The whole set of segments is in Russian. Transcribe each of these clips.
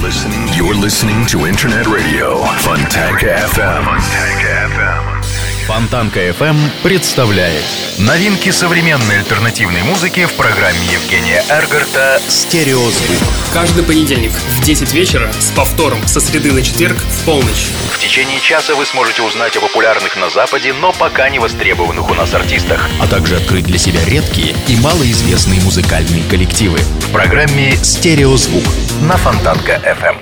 You're listening to Internet Radio Fontanka FM. Фонтанка FM представляет новинки современной альтернативной музыки в программе Евгения Эргарта «Стереозвук». Каждый понедельник в 10 вечера с повтором со среды на четверг в полночь. В течение часа вы сможете узнать о популярных на Западе, но пока не востребованных у нас артистах, а также открыть для себя редкие и малоизвестные музыкальные коллективы в программе «Стереозвук» на Фонтанка FM.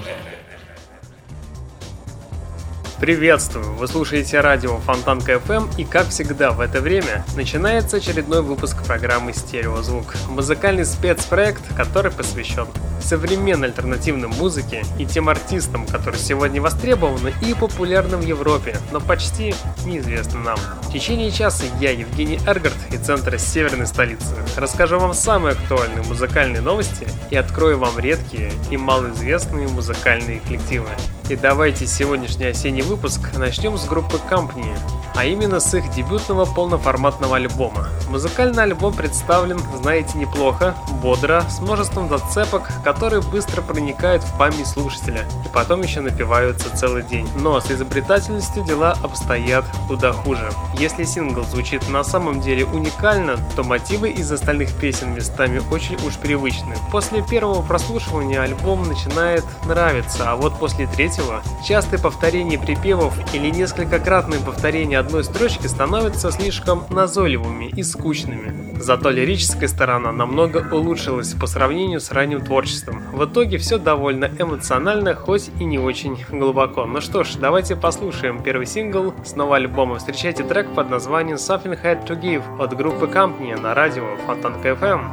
Приветствую! Вы слушаете радио Фонтанка FM, и, как всегда в это время, начинается очередной выпуск программы «Стереозвук». Музыкальный спецпроект, который посвящен современной альтернативной музыке и тем артистам, которые сегодня востребованы и популярны в Европе, но почти неизвестны нам. В течение часа я, Евгений Эргарт, из центра северной столицы, расскажу вам самые актуальные музыкальные новости и открою вам редкие и малоизвестные музыкальные коллективы. И давайте сегодняшний осенний выпуск начнем с группы Company, а именно с их дебютного полноформатного альбома. Музыкальный альбом представлен, знаете, неплохо, бодро, с множеством зацепок, которые быстро проникают в память слушателя и потом еще напеваются целый день. Но с изобретательностью дела обстоят куда хуже. Если сингл звучит на самом деле уникально, то мотивы из остальных песен местами очень уж привычны. После первого прослушивания альбом начинает нравиться, а вот после третьего частые повторения припевов или несколькократные повторения одной строчки становятся слишком назойливыми и скучными. Зато лирическая сторона намного улучшилась по сравнению с ранним творчеством. В итоге все довольно эмоционально, хоть и не очень глубоко. Ну что ж, давайте послушаем первый сингл с нового альбома. Встречайте трек под названием Something Had to Give от группы Company на радио Фонтанка FM.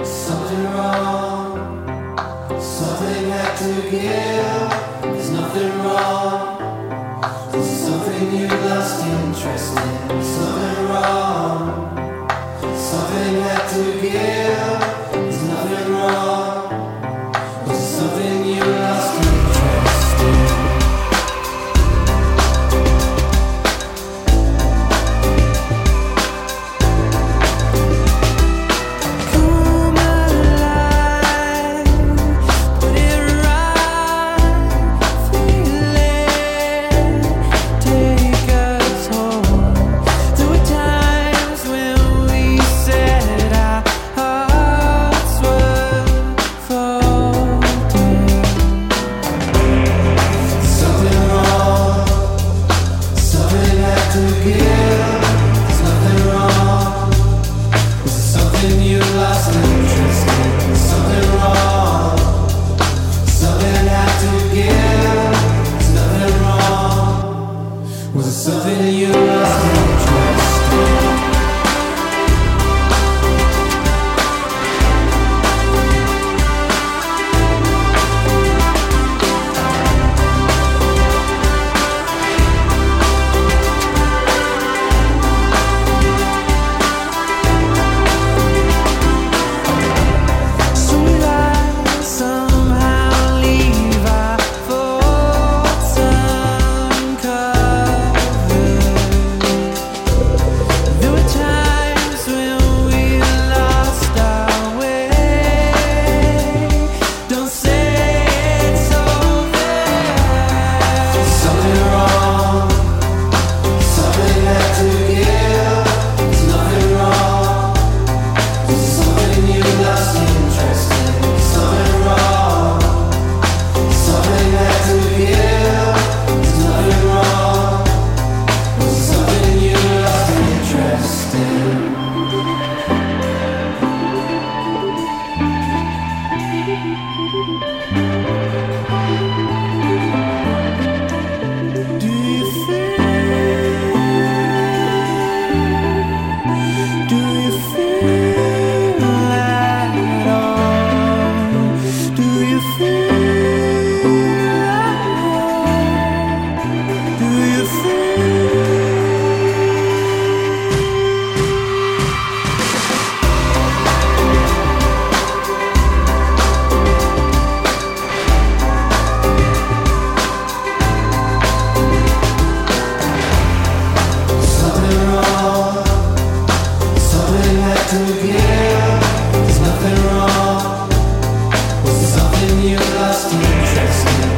Something had to give. There's nothing wrong. There's something you lost interest in. Something wrong. Something had to give. There's nothing wrong. There's something you lost interest in. There's nothing wrong. Was there something you lost interest in?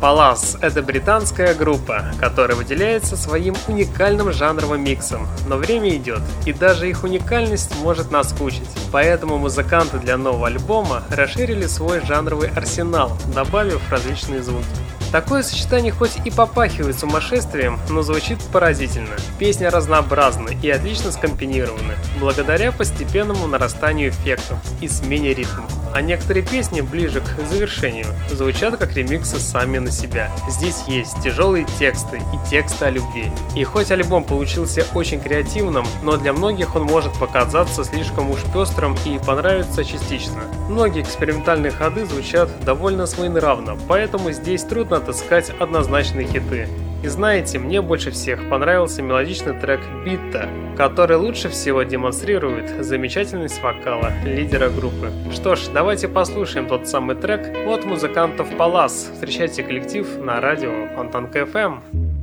Palace — это британская группа, которая выделяется своим уникальным жанровым миксом, но время идет, и даже их уникальность может наскучить. Поэтому музыканты для нового альбома расширили свой жанровый арсенал, добавив различные звуки. Такое сочетание хоть и попахивает сумасшествием, но звучит поразительно. Песни разнообразны и отлично скомпинированы, благодаря постепенному нарастанию эффектов и смене ритмов. А некоторые песни ближе к завершению звучат как ремиксы сами на себя. Здесь есть тяжелые тексты и тексты о любви. И хоть альбом получился очень креативным, но для многих он может показаться слишком уж пестрым и понравиться частично. Многие экспериментальные ходы звучат довольно своенравно, поэтому здесь трудно отыскать однозначные хиты. И знаете, мне больше всех понравился мелодичный трек «Бита», который лучше всего демонстрирует замечательность вокала лидера группы. Что ж, давайте послушаем тот самый трек от музыкантов Palace. Встречайте коллектив на радио Фонтанка FM.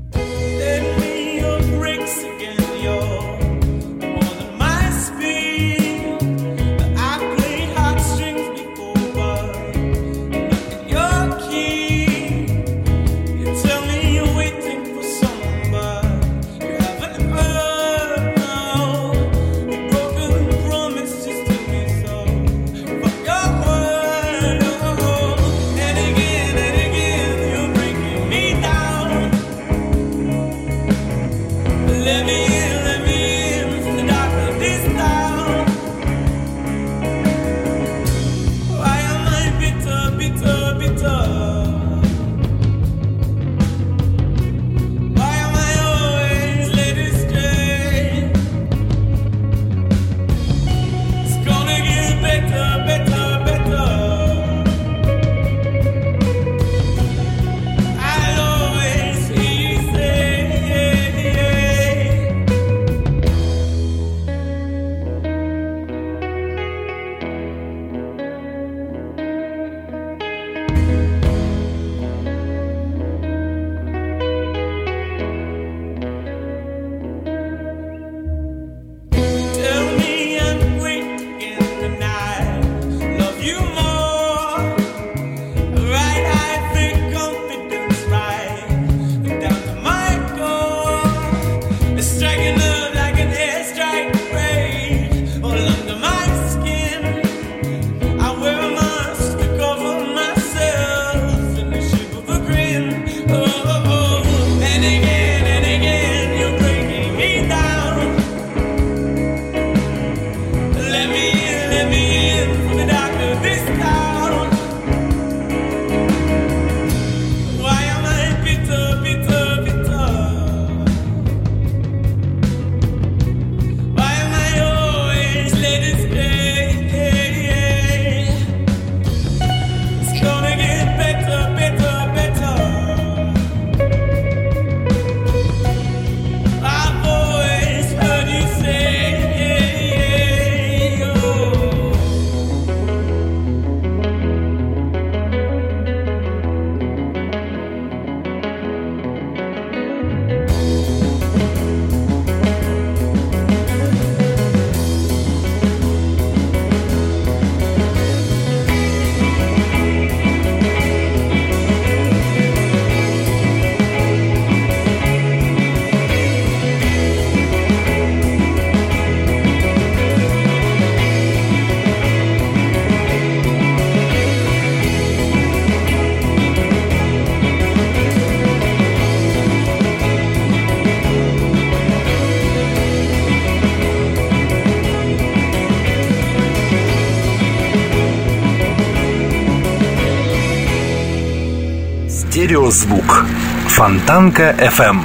Стереозвук. Фонтанка FM.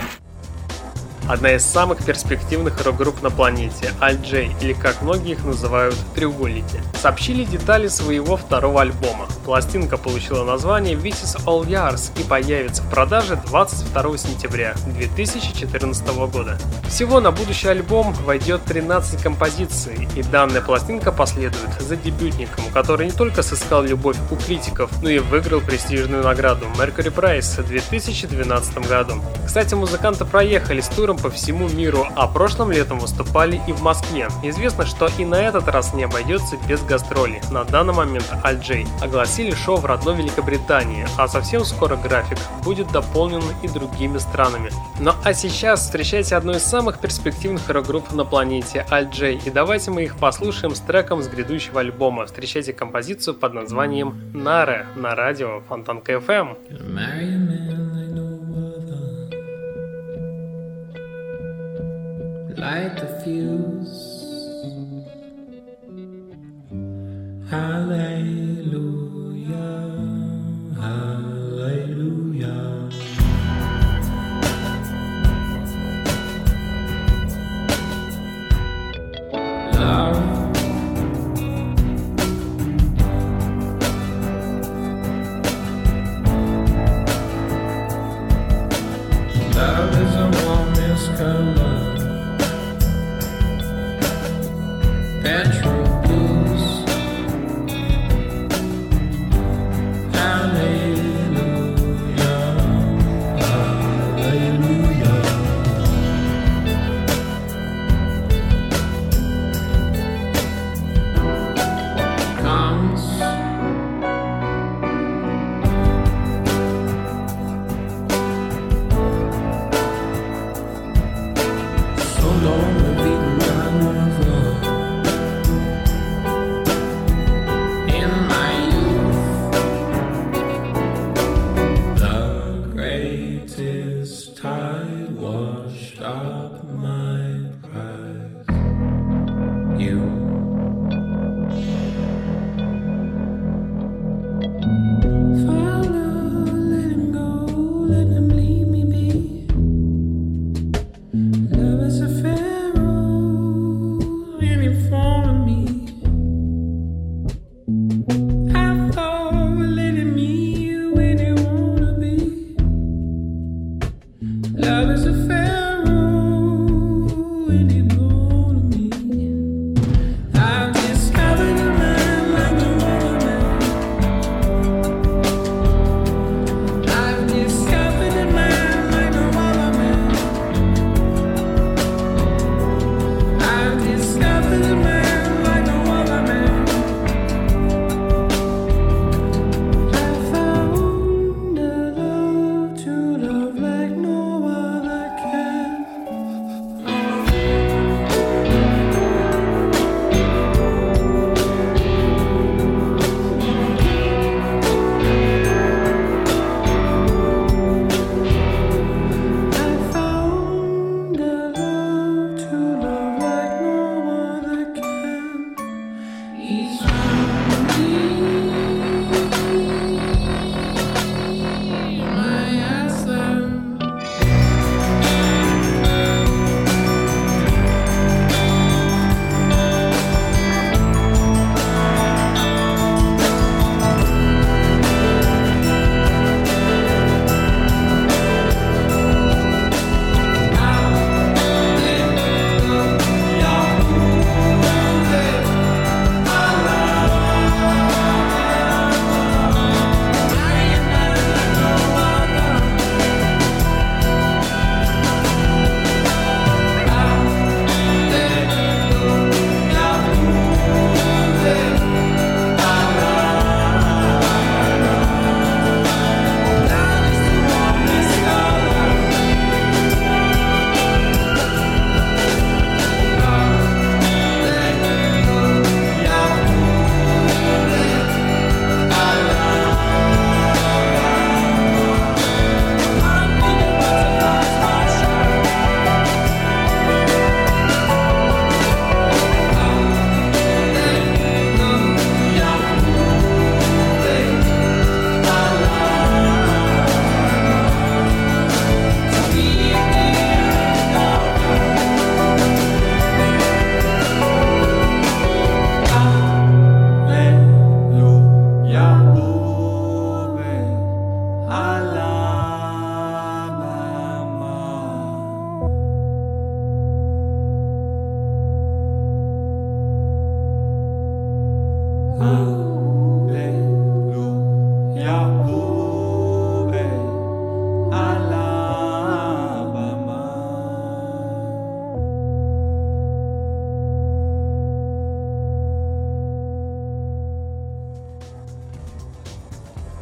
Одна из самых перспективных рок-групп на планете, Alt-J, или как многие их называют, треугольники, сообщили детали своего второго альбома. Пластинка получила название This Is All Yours и появится в продаже 22 сентября 2014 года. Всего на будущий альбом войдет 13 композиций, и данная пластинка последует за дебютником, который не только сыскал любовь у критиков, но и выиграл престижную награду Mercury Prize в 2012 году. Кстати, музыканты проехали с туром по всему миру, а прошлым летом выступали и в Москве. Известно, что и на этот раз не обойдется без гастролей. На данный момент Al-J огласили шоу в родной Великобритании, а совсем скоро график будет дополнен и другими странами. Ну а сейчас встречайте одну из самых перспективных рок-групп на планете Al-J, и давайте мы их послушаем с треком с грядущего альбома. Встречайте композицию под названием «Nare» на радио Фонтанка FM. Light the fuse. Hallelujah, hallelujah. Love, love is a warmest color. Petrol blues. Hallelujah, hallelujah. Comes so long the beaten down river. In my youth, the greatest tide washed up my pride. You. Father, let him go, let him leave me be. Love is a pharaoh in form of me. I thought we're letting me where they wanna be. Love is a pharaoh and it gonna me. I've discovered a man like no other man. I've discovered a man like no other man.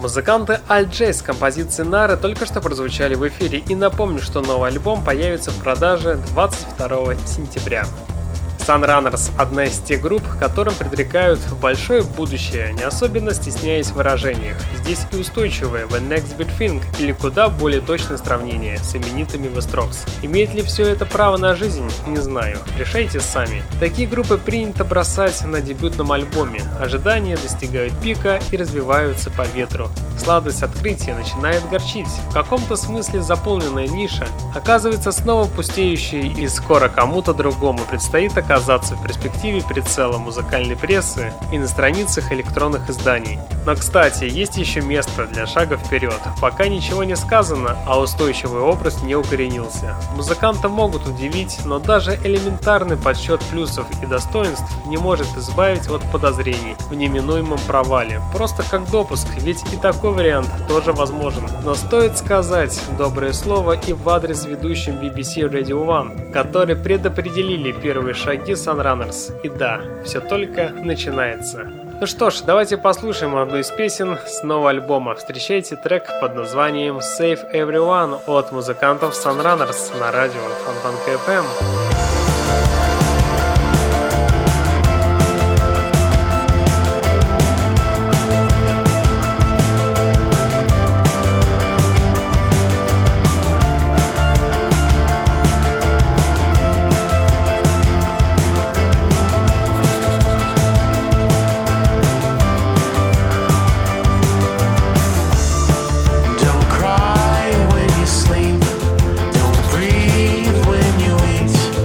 Музыканты Alt-J с композицией Nara только что прозвучали в эфире, и напомню, что новый альбом появится в продаже 22 сентября. Sunrunners – одна из тех групп, которым предрекают большое будущее, не особенно стесняясь в выражениях. Здесь и устойчивое «The Next Big Thing» или куда более точное сравнение с именитыми The Strokes. Имеет ли все это право на жизнь? Не знаю. Решайте сами. Такие группы принято бросать на дебютном альбоме. Ожидания достигают пика и развиваются по ветру. Сладость открытия начинает горчить. В каком-то смысле заполненная ниша оказывается снова пустеющей, и скоро кому-то другому предстоит оказаться в перспективе прицела музыкальной прессы и на страницах электронных изданий. Но, кстати, есть еще место для шага вперед. Пока ничего не сказано, а устойчивый образ не укоренился. Музыканты могут удивить, но даже элементарный подсчет плюсов и достоинств не может избавить от подозрений в неминуемом провале. Просто как допуск, ведь и такой вариант тоже возможен. Но стоит сказать доброе слово и в адрес ведущим BBC Radio One, которые предопределили первые шаги Sunrunners. И да, все только начинается. Ну что ж, давайте послушаем одну из песен с нового альбома. Встречайте трек под названием Save Everyone от музыкантов Sunrunners на радио Фонтанка FM. Don't cry when you sleep. Don't breathe when you eat.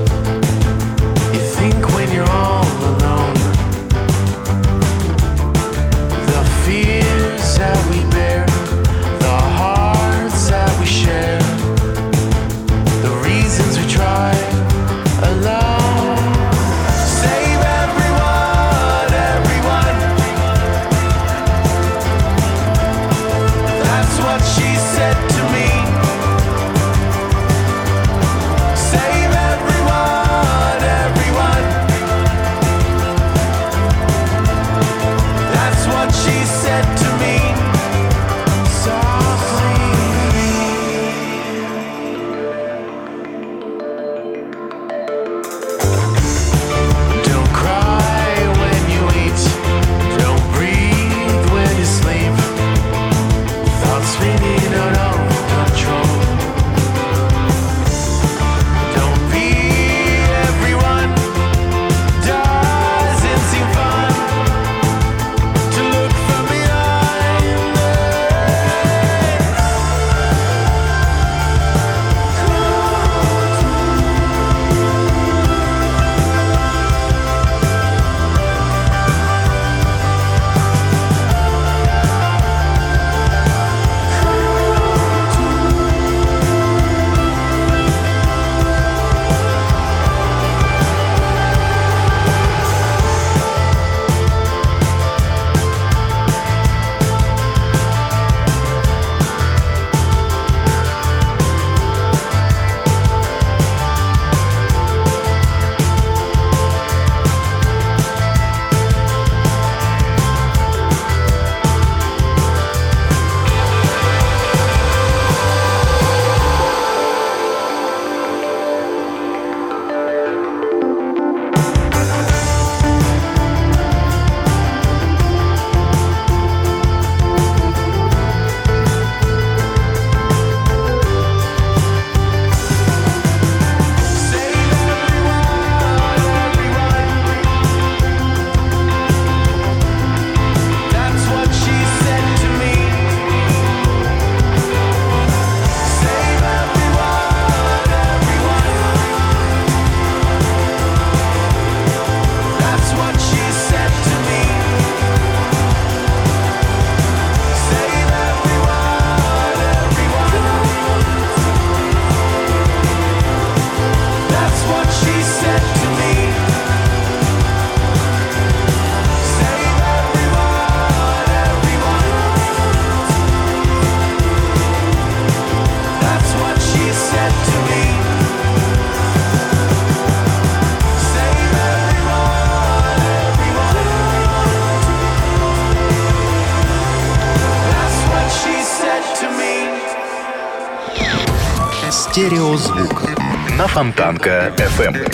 Стереозвук на Фонтанка FM.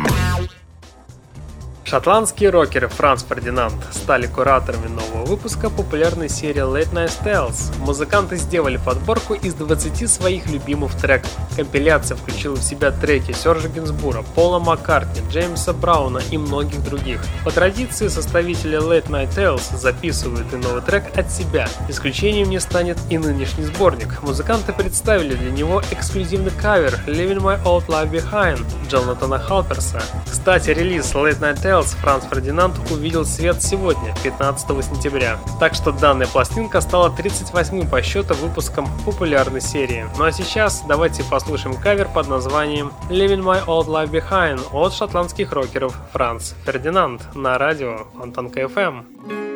Шотландские рокеры Франц Фердинанд стали кураторами нового выпуска популярной серии Late Night Tales. Музыканты сделали подборку из 20 своих любимых треков. Компиляция включила в себя треки Сержа Гинсбура, Пола Маккартни, Джеймса Брауна и многих других. По традиции составители Late Night Tales записывают и новый трек от себя. Исключением не станет и нынешний сборник. Музыканты представили для него эксклюзивный кавер Leaving My Old Life Behind Джонатана Халперса. Кстати, релиз Late Night Tales Франц Фердинанд увидел свет сегодня, 15 сентября. Так что данная пластинка стала 38-м по счету выпуском популярной серии. Ну а сейчас давайте послушаем кавер под названием Leaving My Old Life Behind от шотландских рокеров Франц Фердинанд на радио Фонтанка FM.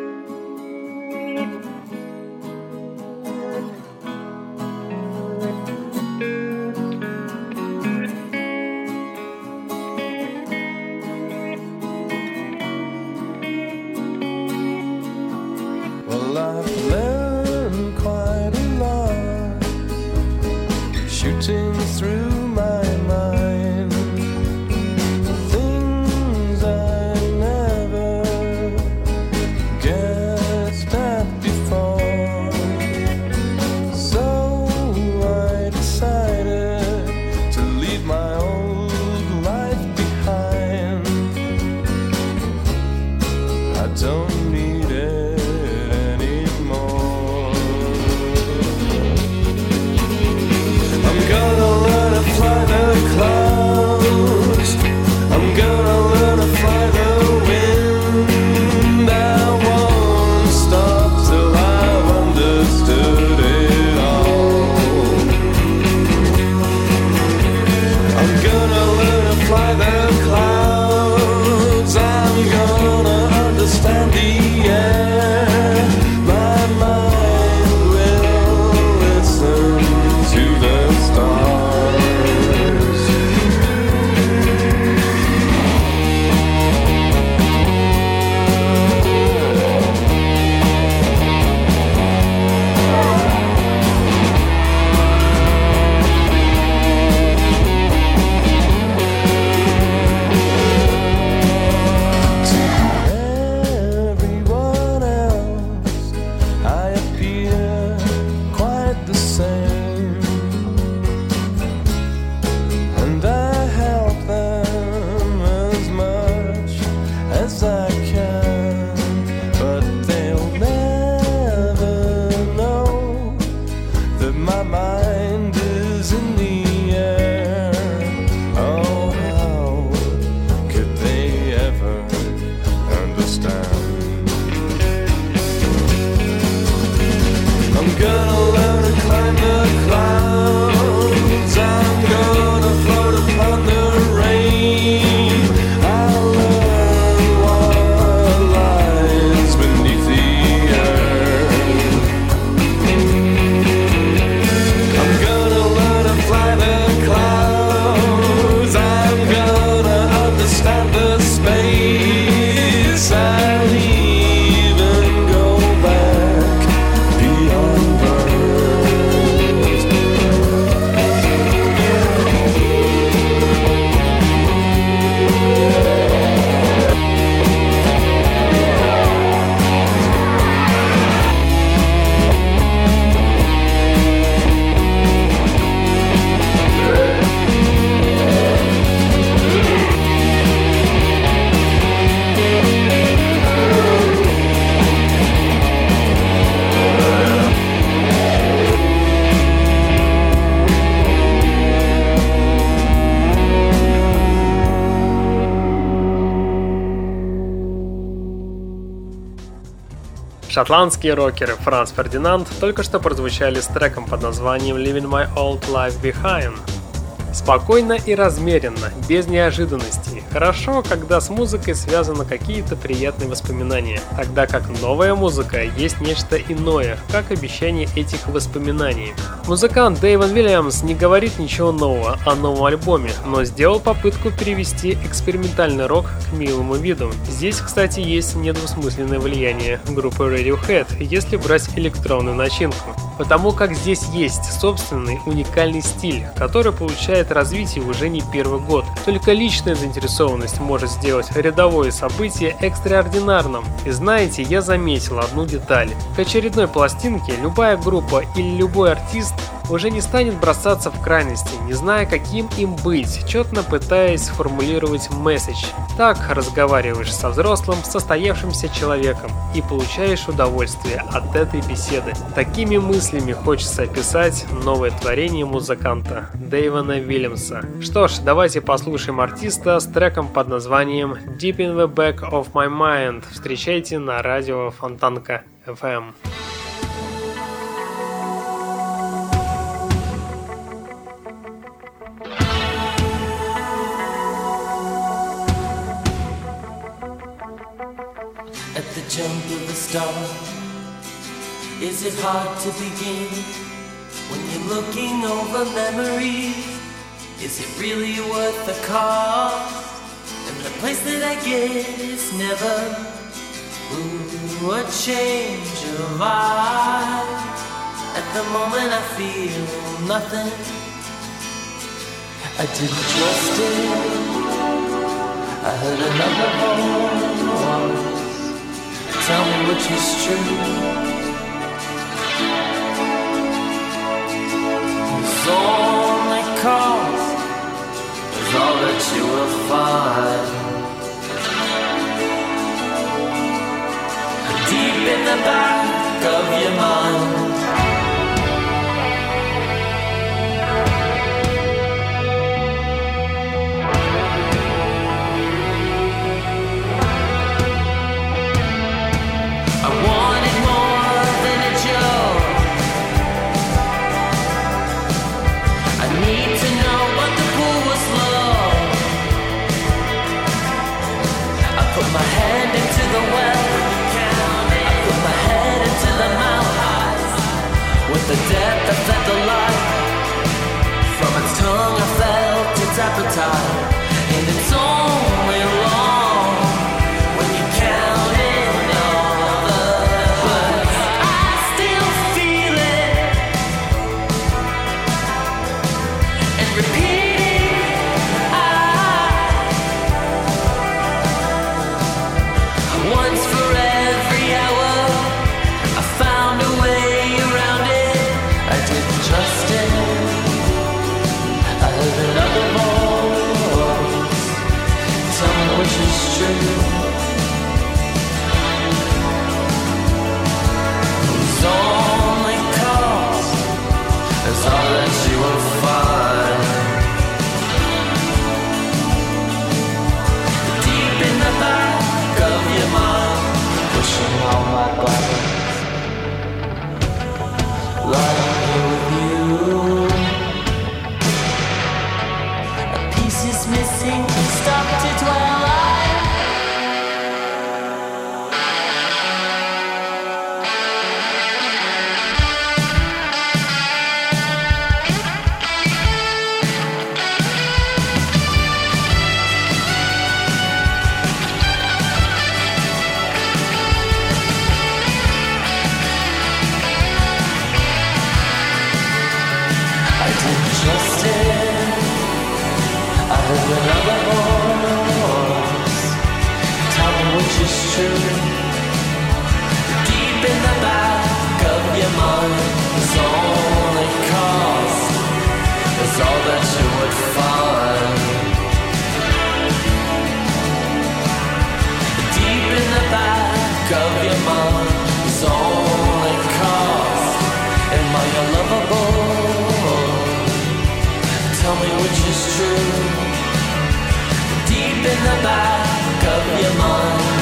Shooting through my mind, things I never guessed at before. So I decided to leave my old life behind. I don't need it anymore. I'm gonna learn to fly the clouds. I'm gonna learn to fly the wind. I won't stop till I've understood it all. I'm gonna learn to fly the clouds. I'm gonna understand the air. My mind will listen to the stars. Everyone else, I appear quite the same, and I help them as much as I can, but they'll never know that my mind is in the air. Oh, how could they ever understand? I'm gonna learn to climb the clouds. I'm gonna float upon the rain. I'll learn what lies beneath the earth. I'm gonna learn to fly the clouds. I'm gonna understand the space. I'll even go back beyond birth. Шотландские рокеры Франц Фердинанд только что прозвучали с треком под названием Leaving My Old Life Behind. Спокойно и размеренно, без неожиданностей. Хорошо, когда с музыкой связаны какие-то приятные воспоминания, тогда как новая музыка есть нечто иное, как обещание этих воспоминаний. Музыкант Дэйвон Уильямс не говорит ничего нового о новом альбоме, но сделал попытку перевести экспериментальный рок к милому виду. Здесь, кстати, есть недвусмысленное влияние группы Radiohead, если брать электронную начинку. Потому как здесь есть собственный уникальный стиль, который получает развитие уже не первый год. Только личная заинтересованность может сделать рядовое событие экстраординарным. И знаете, я заметил одну деталь. К очередной пластинке любая группа или любой артист уже не станет бросаться в крайности, не зная, каким им быть, четно пытаясь сформулировать месседж. Так разговариваешь со взрослым, состоявшимся человеком и получаешь удовольствие от этой беседы. Такими мыслями хочется описать новое творение музыканта Дэйвона Уильямса. Что ж, давайте послушаем артиста с треком под названием Deep in the Back of My Mind. Встречайте на радио Фонтанка FM. At the jump of a star, is it hard to begin? When you're looking over memories, is it really worth the cost? And the place that I get is never a change of eye. At the moment I feel nothing, I didn't trust it. I heard another voice, tell me which is true. It's only cause is all that you will find. Deep in the back of your mind. The depth I felt the light. From its tongue I felt its appetite. And it's only wrong when you count in all the words. I still feel it and repeat it. Once for every hour I found a way around it. I didn't trust it. I heard another voice, tell me which is true. Whose only cause is all that you will find. Deep in the back of your mind, pushing all my buttons. A piece is missing, stop to dwell on. Trust it. I heard another voice, tell me which is true. Deep in the back of your mind, it's only cost is all that you would find. Deep in the back of your mind, it's only cost. Am I unlovable? Tell me which is true. Deep in the back of your mind.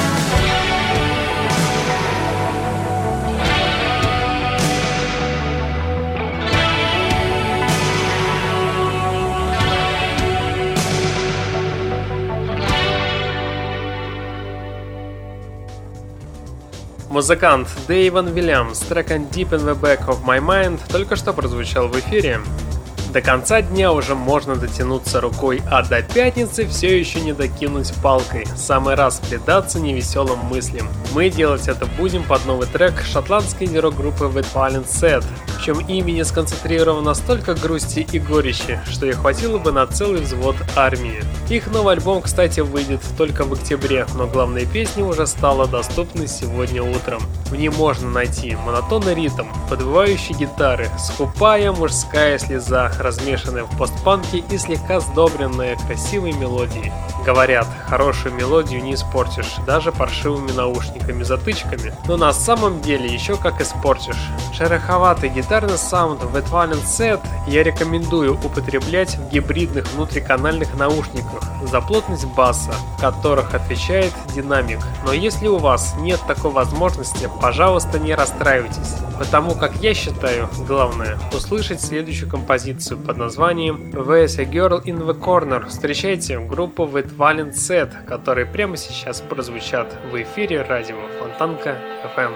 Музыкант Дэйвон Вильямс с треком Deep in the Back of My Mind только что прозвучал в эфире. До конца дня уже можно дотянуться рукой, а до пятницы все еще не докинуть палкой. Самый раз предаться невеселым мыслям. Мы делать это будем под новый трек шотландской инди-рок-группы With Violent Set, в чем имени сконцентрировано столько грусти и горечи, что и хватило бы на целый взвод армии. Их новый альбом, кстати, выйдет только в октябре, но главная песня уже стала доступной сегодня утром. В ней можно найти монотонный ритм, подвывающие гитары, скупая мужская слеза, размешанная в постпанке и слегка сдобренная красивой мелодией. Говорят, хорошую мелодию не испортишь, даже паршивыми наушниками-затычками, но на самом деле еще как испортишь. Шероховатый гитарный саунд With Violent Set я рекомендую употреблять в гибридных внутриканальных наушниках за плотность баса, в которых отвечает динамик. Но если у вас нет такой возможности, пожалуйста, не расстраивайтесь, потому как я считаю, главное услышать следующую композицию под названием There's a Girl in the Corner. Встречайте группу With Violent Set, которые прямо сейчас прозвучат в эфире радио Фонтанка FM.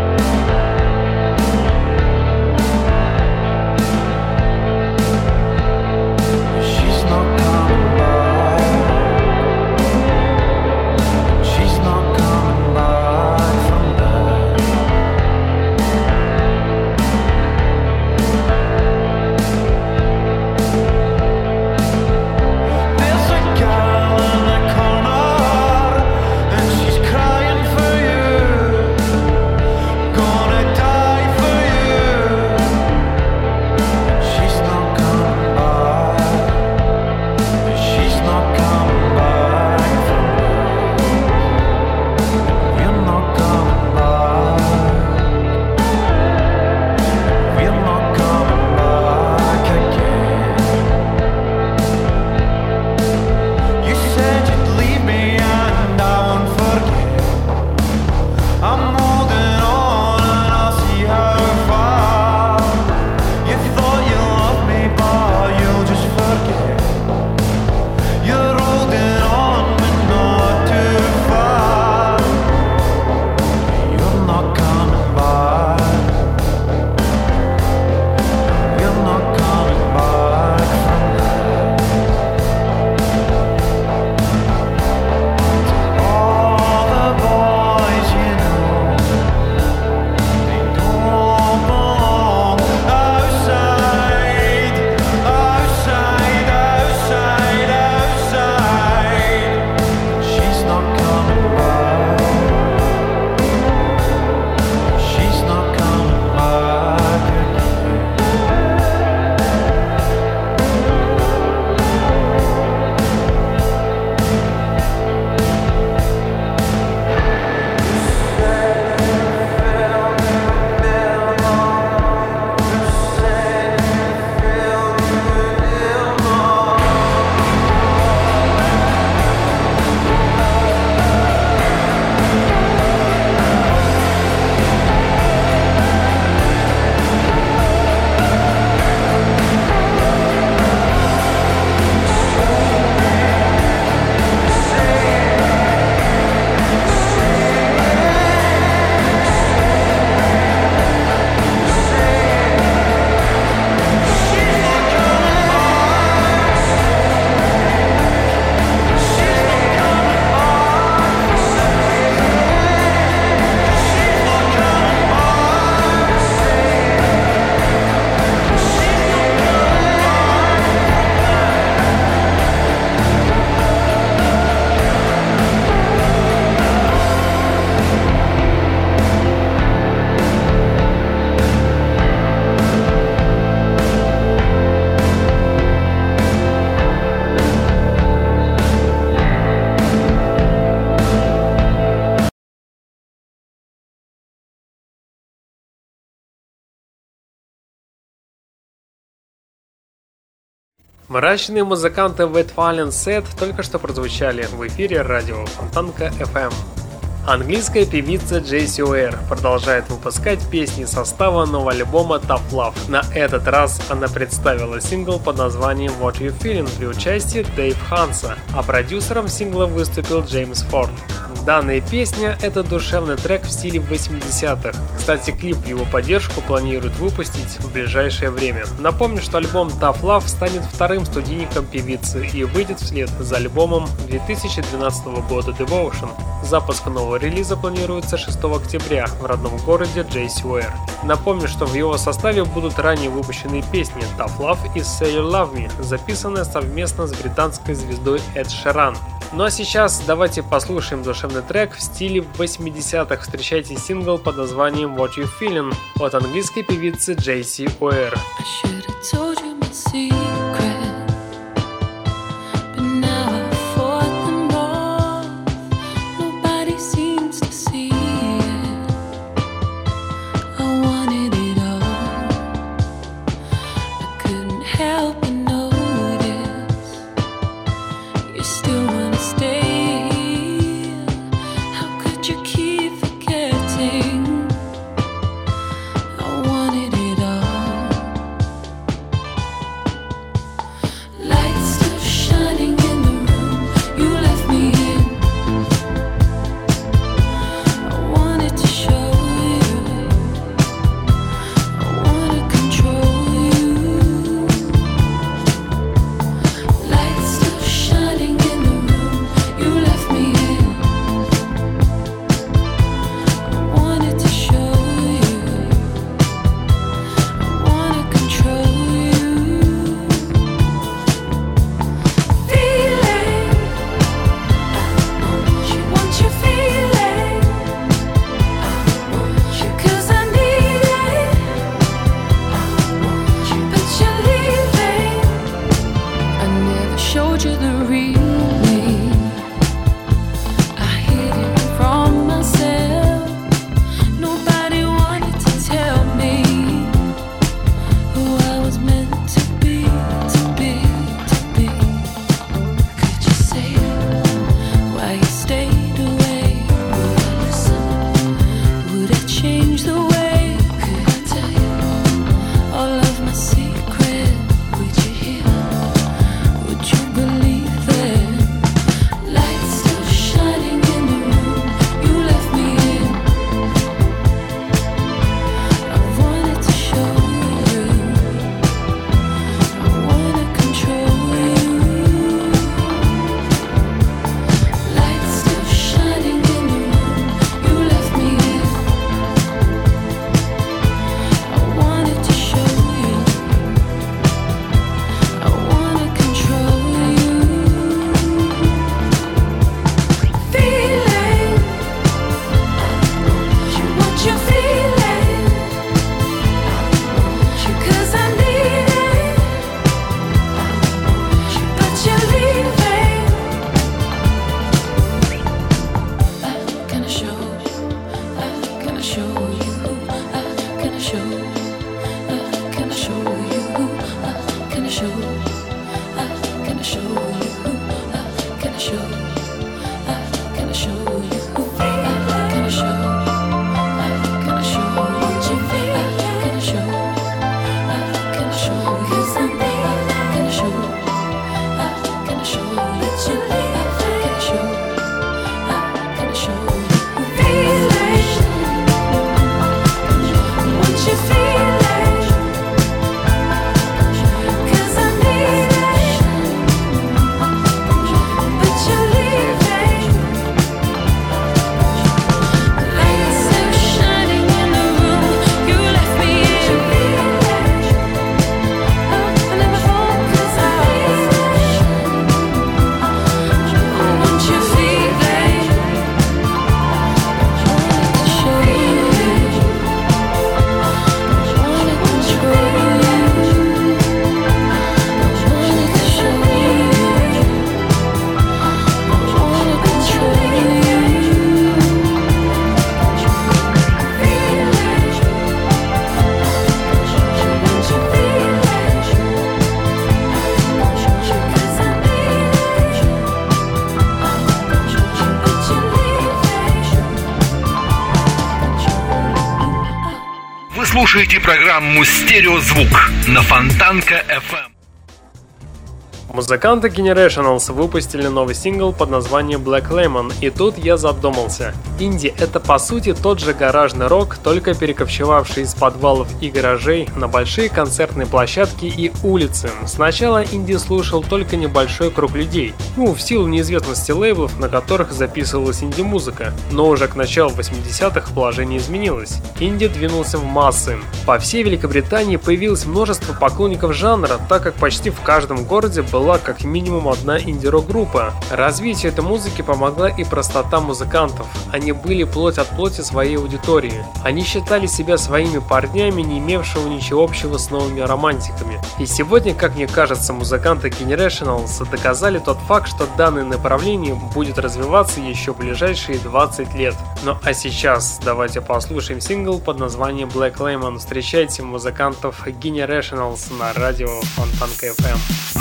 You're Мрачные музыканты Wet Fallen Set только что прозвучали в эфире радио Фонтанка FM. Английская певица Джейси Уэйр продолжает выпускать песни состава нового альбома Tough Love. На этот раз она представила сингл под названием What You Feeling при участии Дэйв Ханса, а продюсером сингла выступил Джеймс Форд. Данная песня – это душевный трек в стиле 80-х. Кстати, клип в его поддержку планируют выпустить в ближайшее время. Напомню, что альбом Tough Love станет вторым студийником певицы и выйдет вслед за альбомом 2012 года Devotion. Запуск нового релиза планируется 6 октября в родном городе Джейси Уэйр. Напомню, что в его составе будут ранее выпущенные песни Tough Love и Say You Love Me, записанные совместно с британской звездой Эд Ширан. Ну а сейчас давайте послушаем душевный трек в стиле 80-х. Встречайте сингл под названием What You Feeling от английской певицы Джейси Уэйр. Вы слушаете программу «Стереозвук» на Фонтанка FM. Музыканты Generationals выпустили новый сингл под названием Black Lemon, и тут я задумался. Инди — это по сути тот же гаражный рок, только перекочевавший из подвалов и гаражей на большие концертные площадки и улицы. Сначала инди слушал только небольшой круг людей, в силу неизвестности лейблов, на которых записывалась инди-музыка. Но уже к началу 80-х положение изменилось. Инди двинулся в массы. По всей Великобритании появилось множество поклонников жанра, так как почти в каждом городе была как минимум одна инди-рок-группа. Развитию этой музыки помогла и простота музыкантов. Они были плоть от плоти своей аудитории. Они считали себя своими парнями, не имевшими ничего общего с новыми романтиками. И сегодня, как мне кажется, музыканты Generationals доказали тот факт, что данное направление будет развиваться еще в ближайшие 20 лет. Ну а сейчас давайте послушаем сингл под названием Black Lemon. Встречайте музыкантов Generationals на радио Фонтанка FM.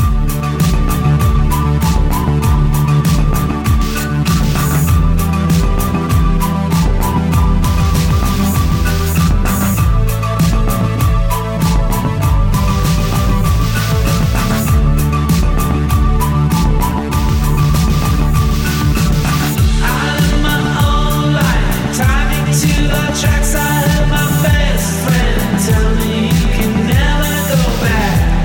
Tracks I heard my best friend tell me you can never go back.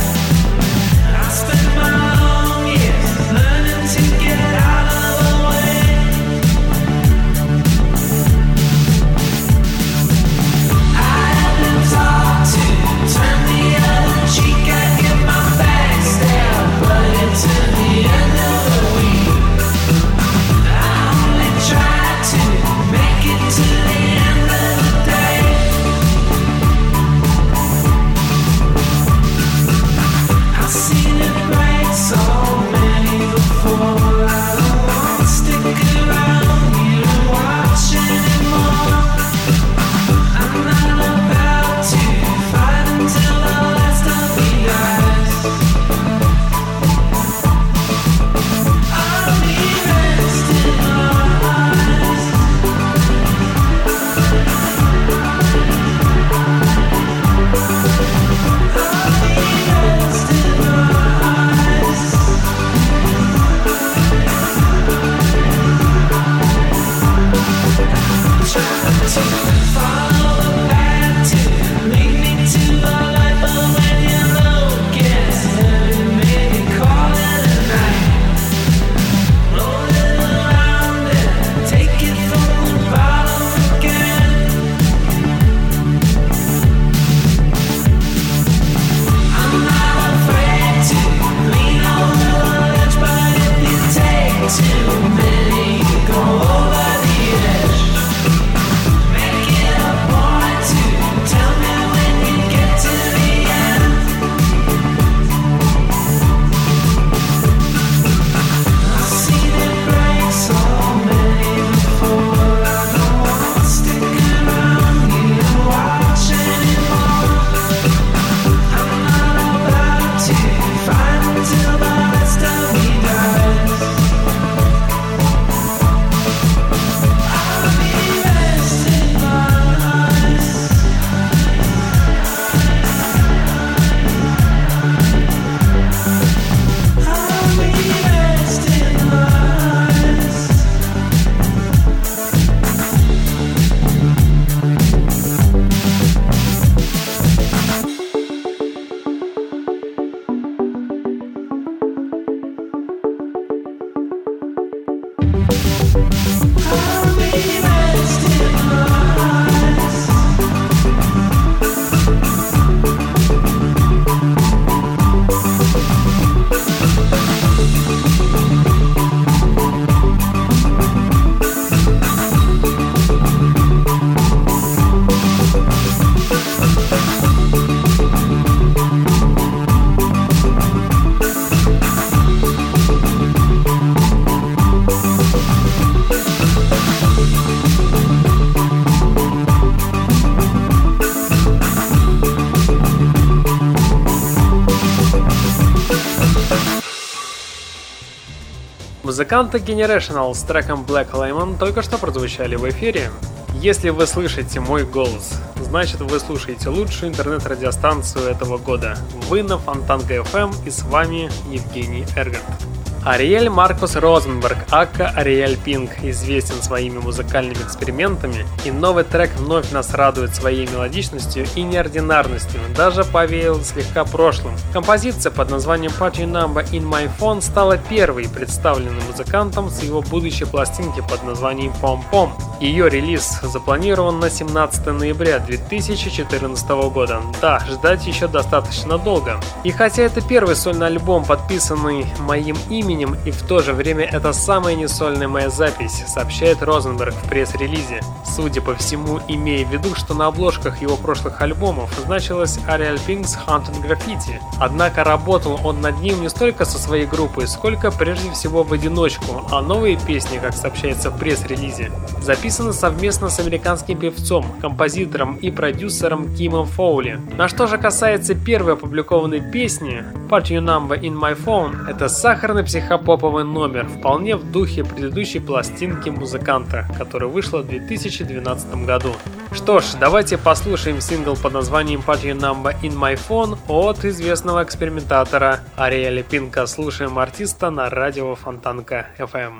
Музыканты Generational с треком Black Lemon только что прозвучали в эфире. Если вы слышите мой голос, значит вы слушаете лучшую интернет-радиостанцию этого года. Вы на Фонтанка FM, и с вами Евгений Эргард. Ариэль Маркус Розенберг, ака Ариэль Пинк, известен своими музыкальными экспериментами, и новый трек вновь нас радует своей мелодичностью и неординарностью, даже повеял слегка прошлым. Композиция под названием Party Number in My Phone стала первой представленной музыкантом с его будущей пластинки под названием Pom Pom. Ее релиз запланирован на 17 ноября 2014 года. Да, ждать еще достаточно долго. И хотя это первый сольный альбом, подписанный моим именем, и в то же время это самая несольная моя запись, сообщает Розенберг в пресс-релизе. Судя по всему, имея в виду, что на обложках его прошлых альбомов значилось Ariel Pink's Haunted Graffiti. Однако работал он над ним не столько со своей группой, сколько прежде всего в одиночку, а новые песни, как сообщается в пресс-релизе, записаны совместно с американским певцом, композитором и продюсером Кимом Фоули. На что же касается первой опубликованной песни Party Number in My Phone, это сахарный психопоповый номер, вполне в духе предыдущей пластинки музыканта, которая вышла в 2012 году. Что ж, давайте послушаем сингл под названием Party Number in My Phone от известного экспериментатора Ариэля Пинка. Слушаем артиста на радио Фонтанка FM.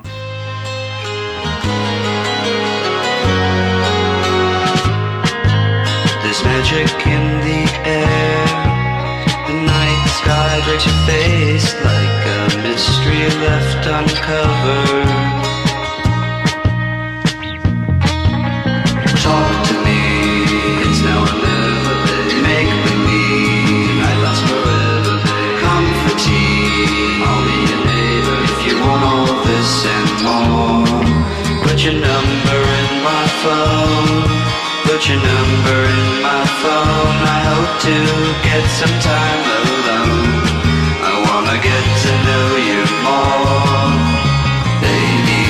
There's magic in the air. The night sky breaks your face like a mystery left uncovered. Talk to me, it's now or never, babe. Make believe, I last forever, babe. Come for tea, I'll be your neighbor if you want all this and more. Put your number in my phone. Put your number in my phone. I hope to get some time alone. I wanna get to know you more, baby.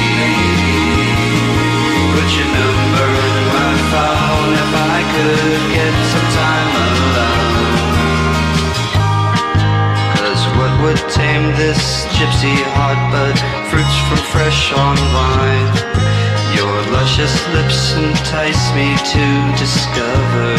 Put your number in my phone. If I could get some time alone. 'Cause what would tame this gypsy heart but fruits from fresh on vine? Your luscious lips entice me to discover.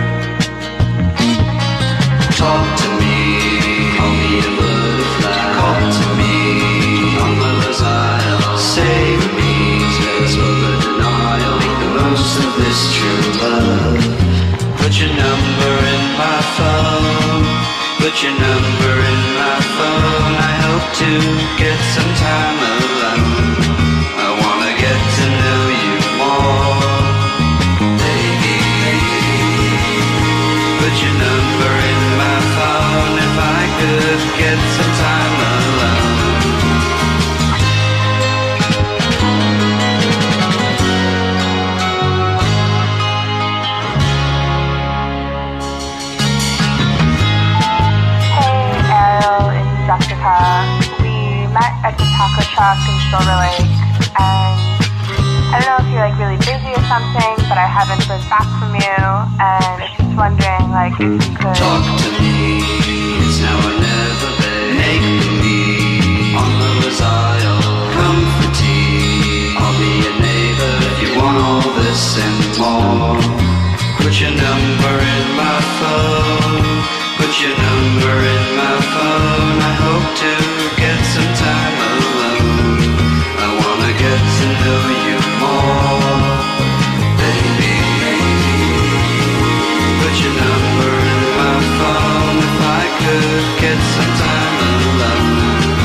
Talk to me, I'll be a butterfly. Call to me, on the desire. Save me, just for the denial. Make the most of this true love. Put your number in my phone. Put your number in my phone. I hope to get some time alone. I wanna get to know you more, baby. Put your number in my phone. If I could get some time alone. Hey Ariel, it's Jessica. We met at the taco truck in Silver Lake. And I don't know if you're like really busy or something, but I haven't heard back from you, and I was just wondering like if you could talk to me. It's now or never, babe. Make believe on the desire. Come for tea. I'll be your neighbor if you want all this and more. Put your number in my phone. Put your number in my phone. I hope to get some time alone. I wanna get to know you more, baby. Put your number in my phone. If I could get some time alone.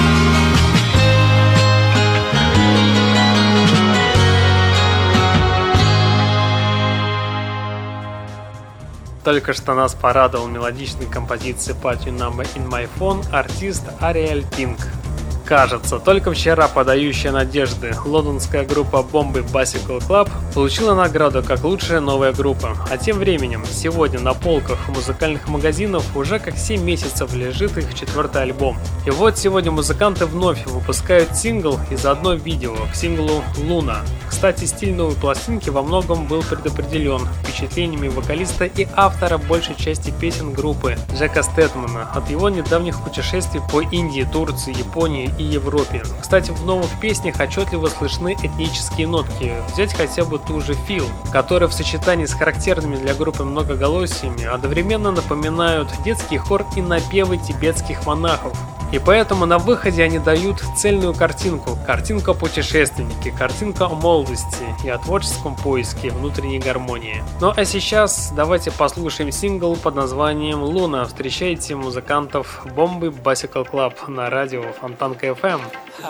Только что нас порадовал мелодичной композицией Party Number in My Phone артист Ариэль Пинк. Кажется, только вчера подающая надежды лондонская группа Bombay Bicycle Club получила награду как лучшая новая группа. А тем временем, сегодня на полках музыкальных магазинов уже как 7 месяцев лежит их 4-й альбом. И вот сегодня музыканты вновь выпускают сингл и заодно видео к синглу «Луна». Кстати, стиль новой пластинки во многом был предопределен впечатлениями вокалиста и автора большей части песен группы Джека Стэдмана от его недавних путешествий по Индии, Турции, Японии и Европе. Кстати, в новых песнях отчетливо слышны этнические нотки. Взять хотя бы ту же Feel, которая в сочетании с характерными для группы многоголосиями одновременно напоминают детский хор и напевы тибетских монахов. И поэтому на выходе они дают цельную картинку. Картинка о путешественнике, картинка о молодости и о творческом поиске внутренней гармонии. Ну а сейчас давайте послушаем сингл под названием «Луна». Встречайте музыкантов Бомбы Bicycle Club на радио Фонтанка FM.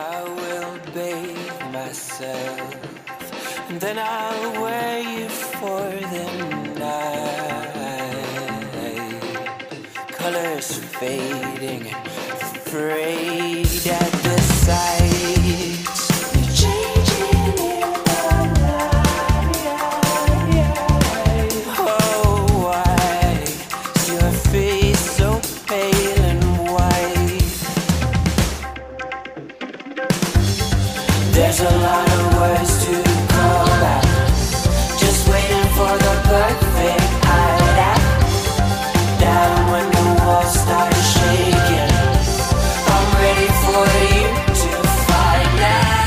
Colors fading, afraid at the sights. Changing in the night. Oh, why is your face so pale and white? There's a lot of words to call out, just waiting for the perfect hideout. Down when the walls start shaking, I'm ready for you to find out.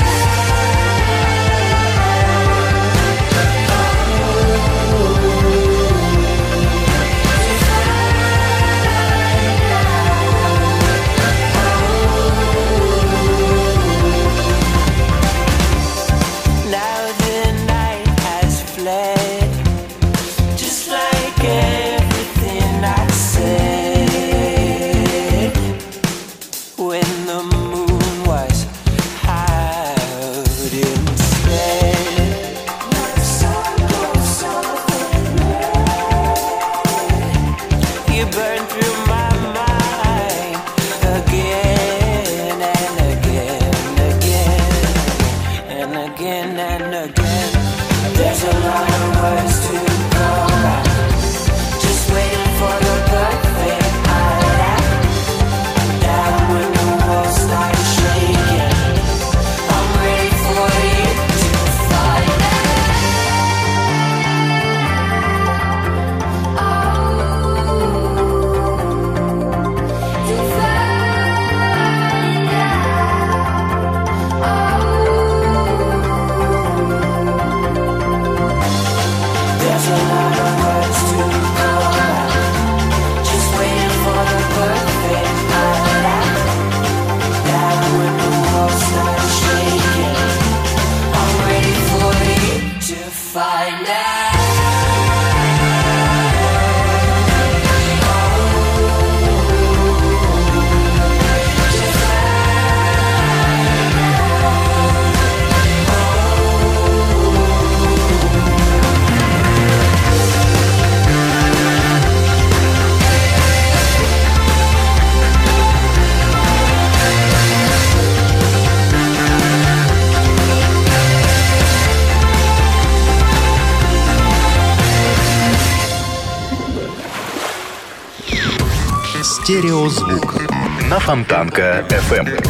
Now the night has fled, just like everything I said when the moon was out instead. You burn through my mind again and again, again and again and again. There's a lot of words to call out, just waiting for the perfect hideout. Down when the walls start shaking, I'm ready for you to find out. There's a lot of words to call out, just waiting for the perfect hideout. Down when the walls start shaking, I'm ready for you to find out. Стереозвук на Фонтанка FM.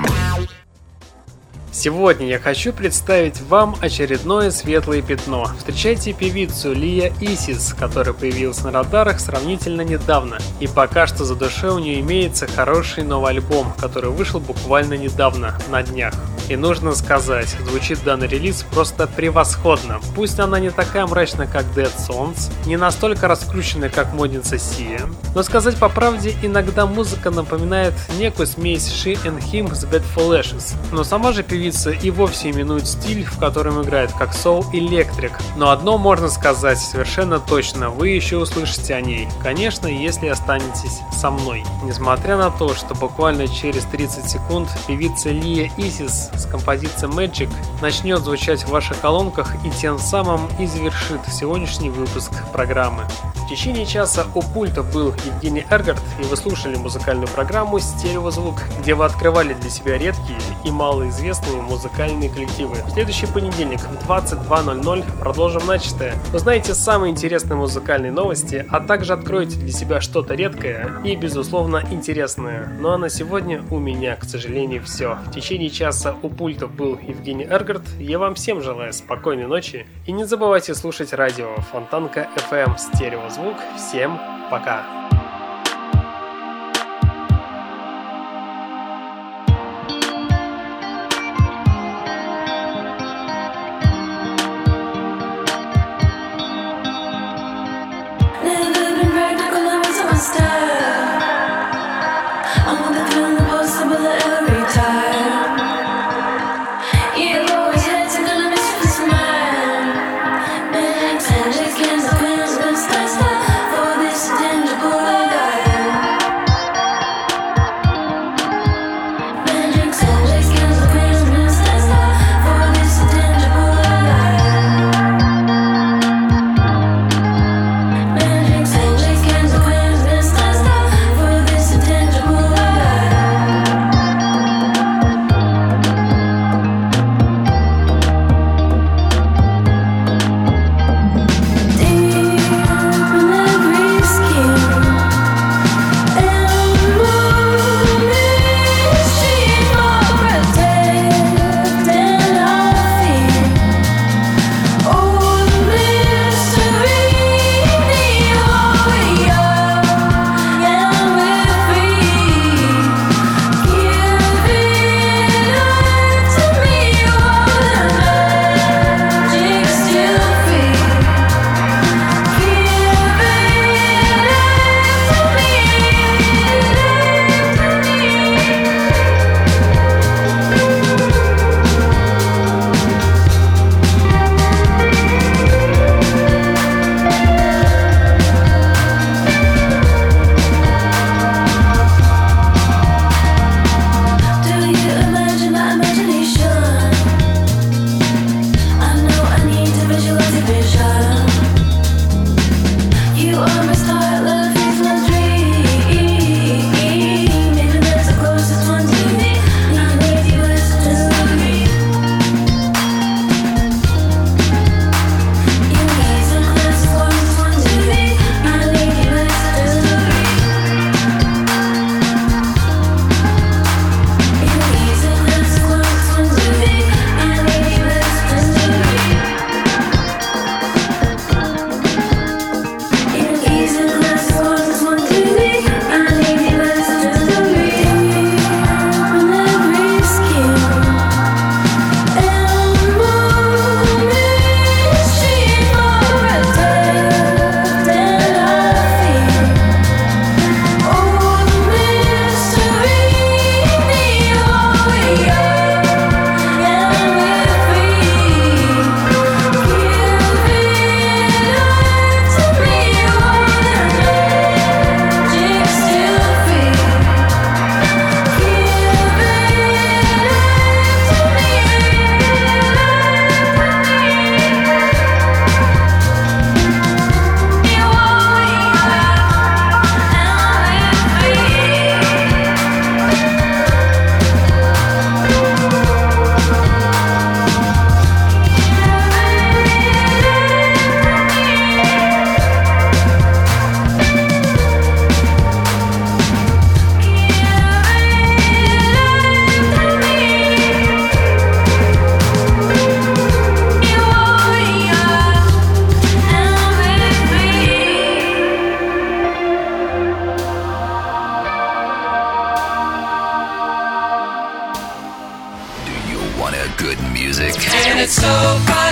Сегодня я хочу представить вам очередное светлое пятно. Встречайте певицу Лия Исис, которая появилась на радарах сравнительно недавно. И пока что за душой у нее имеется хороший новый альбом, который вышел буквально недавно, на днях. И нужно сказать, звучит данный релиз просто превосходно. Пусть она не такая мрачная, как Dead Songs, не настолько раскрученная, как модница Сия, но сказать по правде, иногда музыка напоминает некую смесь She and Him с Bad for Lashes. Но сама же певица и вовсе именует стиль, в котором играет как Soul Electric. Но одно можно сказать совершенно точно, вы еще услышите о ней. Конечно, если останетесь со мной. Несмотря на то, что буквально через 30 секунд певица Лия Исис с композицией Magic начнет звучать в ваших колонках и тем самым и завершит сегодняшний выпуск программы. В течение часа у пульта был Евгений Эргард, и вы слушали музыкальную программу «Стереозвук», где вы открывали для себя редкие и малоизвестные музыкальные коллективы. В следующий понедельник в 22:00 продолжим начатое. Узнаете самые интересные музыкальные новости, а также откроете для себя что-то редкое и, безусловно, интересное. Ну а на сегодня у меня, к сожалению, все. В течение часа у пульта был Евгений Эргард. Я вам всем желаю спокойной ночи и не забывайте слушать радио Фонтанка FM «Стереозвук». Всем пока!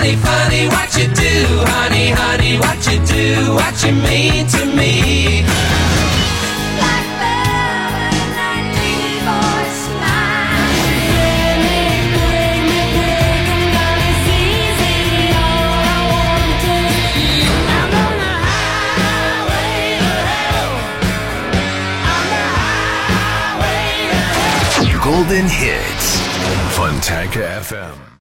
funny, funny what you do, honey, honey, what you do, what you mean to me. Black velvet, I need for a smile. Break me, I'm gonna seize it all. I want to. I'm on the highway to hell. On the highway to hell. Golden Hits. Fontanka FM.